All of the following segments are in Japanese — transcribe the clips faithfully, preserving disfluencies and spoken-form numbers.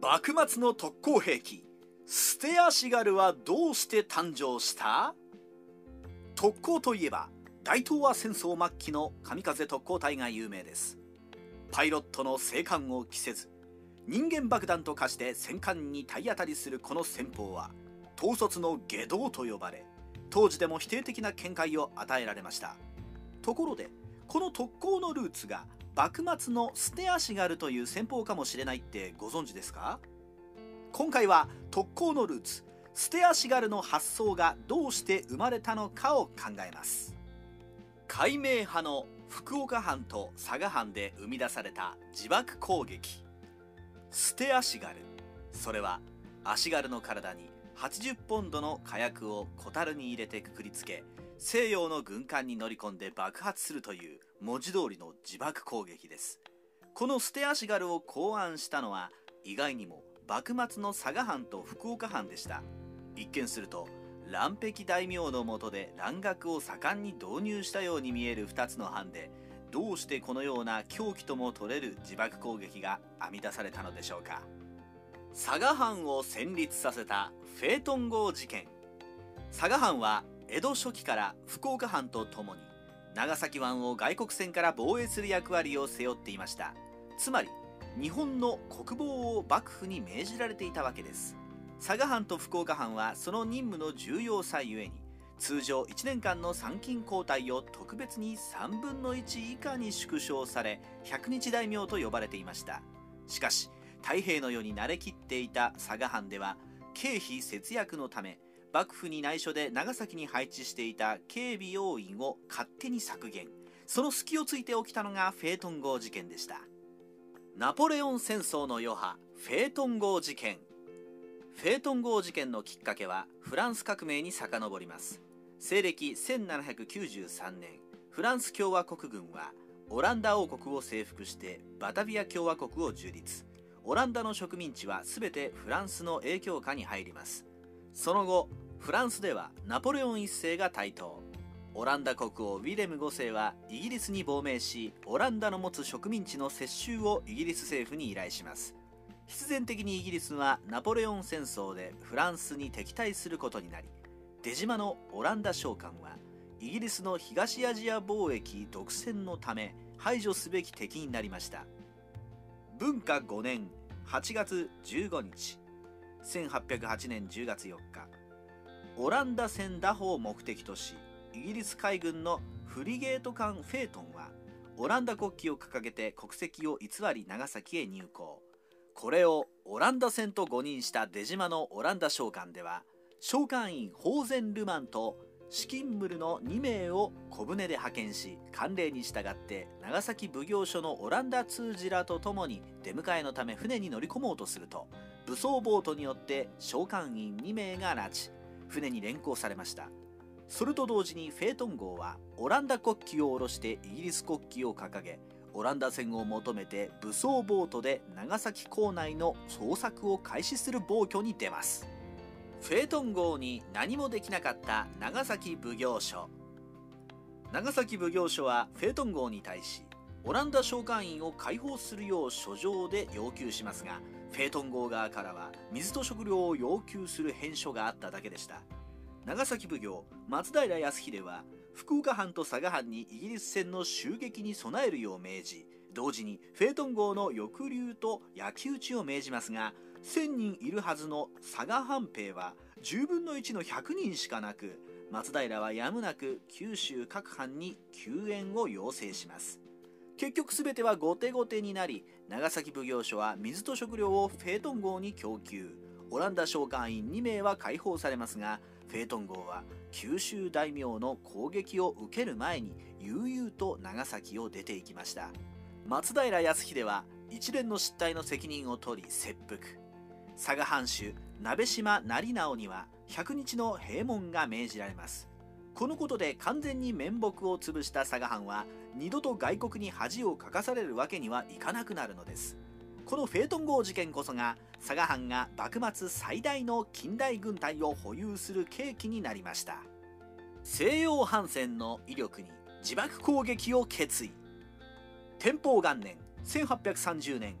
幕末の特攻兵器捨て足軽はどうして誕生した？特攻といえば大東亜戦争末期の神風特攻隊が有名です。パイロットの正艦を着せず人間爆弾と化して戦艦に体当たりするこの戦法は統率の外道と呼ばれ、当時でも否定的な見解を与えられました。ところでこの特攻のルーツが幕末の捨て足軽という戦法かもしれないってご存知ですか？今回は特攻のルーツ捨て足軽の発想がどうして生まれたのかを考えます。開明派の福岡藩と佐賀藩で生み出された自爆攻撃捨て足軽、それは足軽の体にはちじゅっポンドの火薬を小樽に入れてくくりつけ、西洋の軍艦に乗り込んで爆発するという文字通りの自爆攻撃です。この捨て足軽を考案したのは意外にも幕末の佐賀藩と福岡藩でした。一見すると乱壁大名の下で蘭学を盛んに導入したように見えるふたつの藩で、どうしてこのような狂気とも取れる自爆攻撃が編み出されたのでしょうか。佐賀藩を戦慄させたフェートン号事件。佐賀藩は江戸初期から福岡藩とともに長崎湾を外国船から防衛する役割を背負っていました。つまり日本の国防を幕府に命じられていたわけです。佐賀藩と福岡藩はその任務の重要さゆえに、通常いちねんかんの参勤交代を特別にさんぶんのいち以下に縮小され、百日大名と呼ばれていました。しかし太平の世に慣れきっていた佐賀藩では、経費節約のため幕府に内緒で長崎に配置していた警備要員を勝手に削減。その隙をついて起きたのがフェートン号事件でした。ナポレオン戦争の余波、フェートン号事件。フェートン号事件のきっかけはフランス革命に遡ります。西暦せんななひゃくきゅうじゅうさんねん、フランス共和国軍はオランダ王国を征服してバタビア共和国を樹立。オランダの植民地は全てフランスの影響下に入ります。その後フランスではナポレオン一世が台頭。オランダ国王ウィレムごせいはイギリスに亡命し、オランダの持つ植民地の接収をイギリス政府に依頼します。必然的にイギリスはナポレオン戦争でフランスに敵対することになり、出島のオランダ商館はイギリスの東アジア貿易独占のため排除すべき敵になりました。文化ごねんはちがつじゅうごにち、せんはっぴゃくはちねんじゅうがつよっか、オランダ船打破を目的とし、イギリス海軍のフリゲート艦フェートンはオランダ国旗を掲げて国籍を偽り長崎へ入港。これをオランダ船と誤認した出島のオランダ商館では、商館員ホーゼン・ルマンとシキンムルのにめいを小舟で派遣し、慣例に従って長崎奉行所のオランダ通詞らとともに出迎えのため船に乗り込もうとすると、武装ボートによって商館員にめいが拉致、船に連行されました。それと同時にフェートン号はオランダ国旗を下ろしてイギリス国旗を掲げ、オランダ船を求めて武装ボートで長崎港内の捜索を開始する暴挙に出ます。フェートン号に何もできなかった長崎奉行所。長崎奉行所はフェートン号に対しオランダ商館員を解放するよう書状で要求しますが、フェートン号側からは水と食料を要求する返書があっただけでした。長崎奉行松平康秀は福岡藩と佐賀藩にイギリス船の襲撃に備えるよう命じ、同時にフェートン号の抑留と焼き討ちを命じますが、せんにんいるはずの佐賀藩兵はじゅうぶんのいちのひゃくにんしかなく、松平はやむなく九州各藩に救援を要請します。結局全ては後手後手になり、長崎奉行所は水と食料をフェートン号に供給。オランダ商館員にめいは解放されますが、フェートン号は九州大名の攻撃を受ける前に悠々と長崎を出ていきました。松平康秀は一連の失態の責任を取り切腹。佐賀藩主鍋島成直にはひゃくにちの閉門が命じられます。このことで完全に面目を潰した佐賀藩は二度と外国に恥をかかされるわけにはいかなくなるのです。このフェートン号事件こそが佐賀藩が幕末最大の近代軍隊を保有する契機になりました。西洋藩船の威力に自爆攻撃を決意。天保元年せんはっぴゃくさんじゅうねん、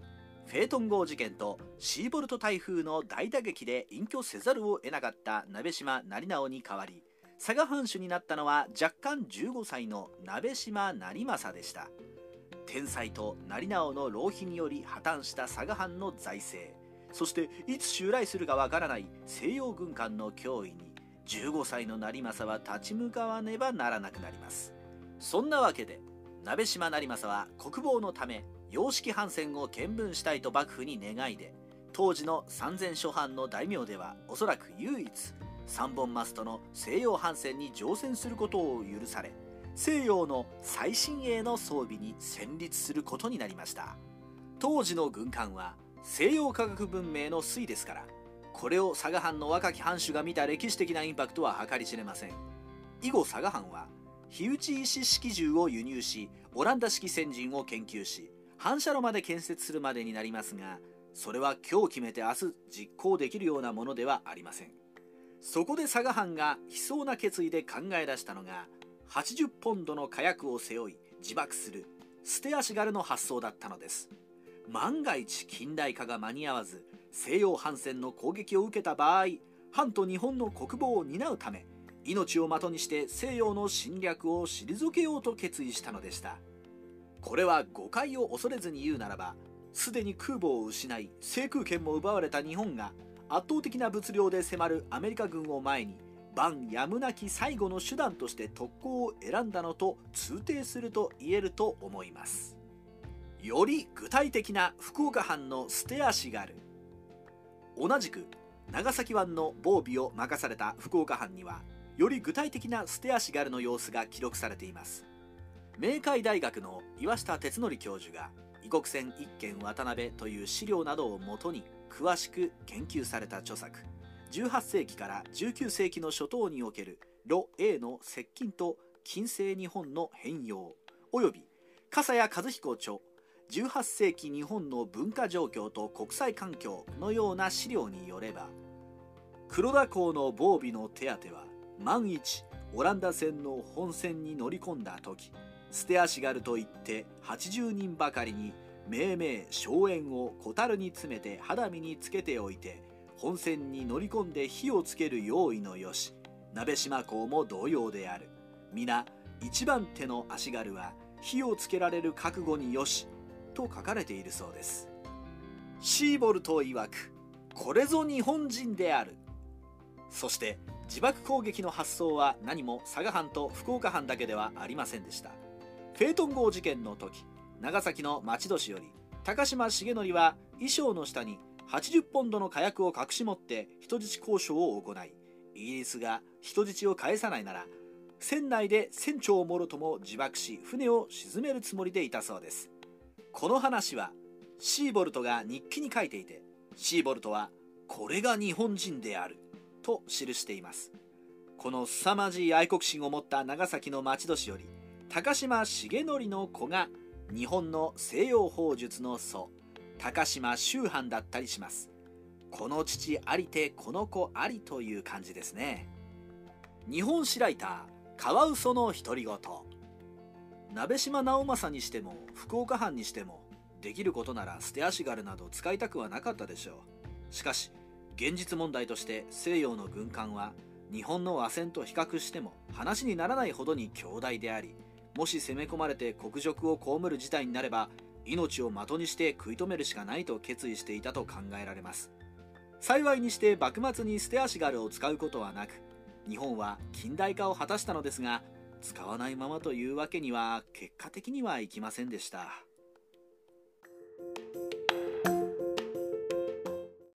フェートン号事件とシーボルト台風の大打撃で隠居せざるを得なかった鍋島成直に代わり、佐賀藩主になったのは若干じゅうごさいの鍋島成政でした。天災と成直の浪費により破綻した佐賀藩の財政、そしていつ襲来するかわからない西洋軍艦の脅威にじゅうごさいの成政は立ち向かわねばならなくなります。そんなわけで鍋島成政は国防のため洋式帆船を見聞したいと幕府に願い出、当時の三千諸藩の大名ではおそらく唯一さんぼんマストの西洋帆船に乗船することを許され、西洋の最新鋭の装備に戦慄することになりました。当時の軍艦は西洋科学文明の粋ですから、これを佐賀藩の若き藩主が見た歴史的なインパクトは計り知れません。以後佐賀藩は火打ち石式銃を輸入し、オランダ式戦陣を研究し、反射炉まで建設するまでになりますが、それは今日決めて明日実行できるようなものではありません。そこで佐賀藩が悲壮な決意で考え出したのが、はちじゅっポンドの火薬を背負い自爆する捨て足軽の発想だったのです。万が一近代化が間に合わず西洋艦船の攻撃を受けた場合、藩と日本の国防を担うため命を的にして西洋の侵略を退けようと決意したのでした。これは誤解を恐れずに言うならば、すでに空母を失い制空権も奪われた日本が圧倒的な物量で迫るアメリカ軍を前に万やむなき最後の手段として特攻を選んだのと通底すると言えると思います。より具体的な福岡藩の捨て足軽。同じく長崎湾の防備を任された福岡藩にはより具体的な捨て足軽の様子が記録されています。明海大学の岩下哲則教授が異国船一軒渡辺という資料などをもとに詳しく研究された著作、じゅうはっせいきからじゅうきゅうせいきの初頭における露英の接近と近世日本の変容および笠谷和彦著じゅうはっせいき日本の文化状況と国際環境のような資料によれば、黒田港の防備の手当は万一オランダ船の本船に乗り込んだ時、捨て足軽といってはちじゅうにんばかりに命名荘園を小樽に詰めて肌身につけておいて本船に乗り込んで火をつける用意のよし、鍋島港も同様である。皆一番手の足軽は火をつけられる覚悟によしと書かれているそうです。シーボルト曰く、これぞ日本人である。そして自爆攻撃の発想は何も佐賀藩と福岡藩だけではありませんでした。フェートン号事件の時、長崎の町年より高島重則は衣装の下にはちじゅっポンドの火薬を隠し持って人質交渉を行い、イギリスが人質を返さないなら船内で船長もろとも自爆し船を沈めるつもりでいたそうです。この話はシーボルトが日記に書いていて、シーボルトはこれが日本人であると記しています。この凄まじい愛国心を持った長崎の町年より高島重則の子が日本の西洋砲術の祖高島秋藩だったりします。この父ありてこの子ありという感じですね。日本史ライターカワウソの独り言。鍋島直政にしても福岡藩にしてもできることなら捨て足軽など使いたくはなかったでしょう。しかし現実問題として西洋の軍艦は日本の和船と比較しても話にならないほどに強大であり、もし攻め込まれて国辱を被る事態になれば命を的にして食い止めるしかないと決意していたと考えられます。幸いにして幕末に捨て足軽を使うことはなく、日本は近代化を果たしたのですが、使わないままというわけには結果的にはいきませんでした。